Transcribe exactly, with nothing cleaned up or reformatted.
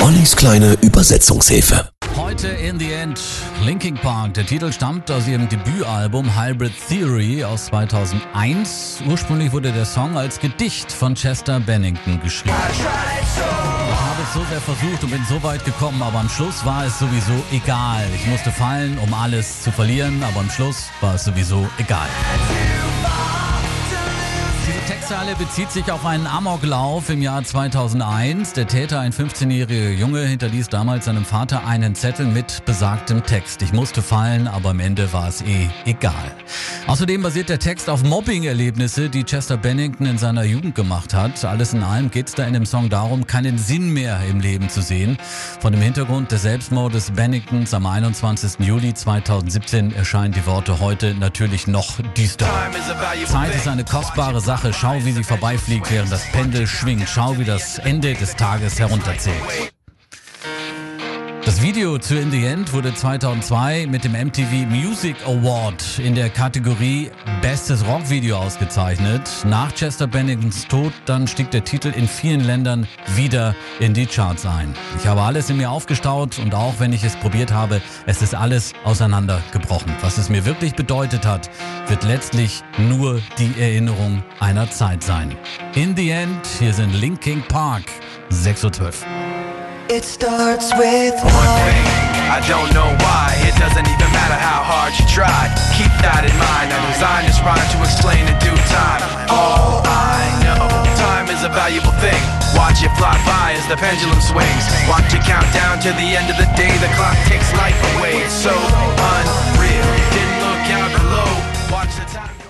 Ollis kleine Übersetzungshilfe. Heute in the End, Linkin Park. Der Titel stammt aus ihrem Debütalbum Hybrid Theory aus zweitausendeins. Ursprünglich wurde der Song als Gedicht von Chester Bennington geschrieben. Ich habe es so sehr versucht und bin so weit gekommen, aber am Schluss war es sowieso egal. Ich musste fallen, um alles zu verlieren, aber am Schluss war es sowieso egal. Diese Textzeile bezieht sich auf einen Amoklauf im Jahr zweitausendeins. Der Täter, ein fünfzehnjähriger Junge, hinterließ damals seinem Vater einen Zettel mit besagtem Text. Ich musste fallen, aber am Ende war es eh egal. Außerdem basiert der Text auf Mobbing-Erlebnisse, die Chester Bennington in seiner Jugend gemacht hat. Alles in allem geht es da in dem Song darum, keinen Sinn mehr im Leben zu sehen. Vor dem Hintergrund des Selbstmordes Benningtons am einundzwanzigsten Juli zweitausendsiebzehn erscheinen die Worte heute natürlich noch düster. Zeit ist eine kostbare Sache. Schau, wie sie vorbeifliegt, während das Pendel schwingt. Schau, wie das Ende des Tages herunterzählt. Das Video zu In the End wurde zweitausendzwei mit dem M T V Music Award in der Kategorie Bestes Rockvideo ausgezeichnet. Nach Chester Benningtons Tod dann stieg der Titel in vielen Ländern wieder in die Charts ein. Ich habe alles in mir aufgestaut und auch wenn ich es probiert habe, es ist alles auseinandergebrochen. Was es mir wirklich bedeutet hat, wird letztlich nur die Erinnerung einer Zeit sein. In the End, hier sind Linkin Park, sechs Uhr zwölf. It starts with one thing, I don't know why. It doesn't even matter how hard you try. Keep that in mind. I designed this rhyme to explain in due time. All I know, time is a valuable thing. Watch it fly by as the pendulum swings. Watch it count down to the end of the day. The clock takes life away. It's so unreal. Didn't look out below. Watch the time.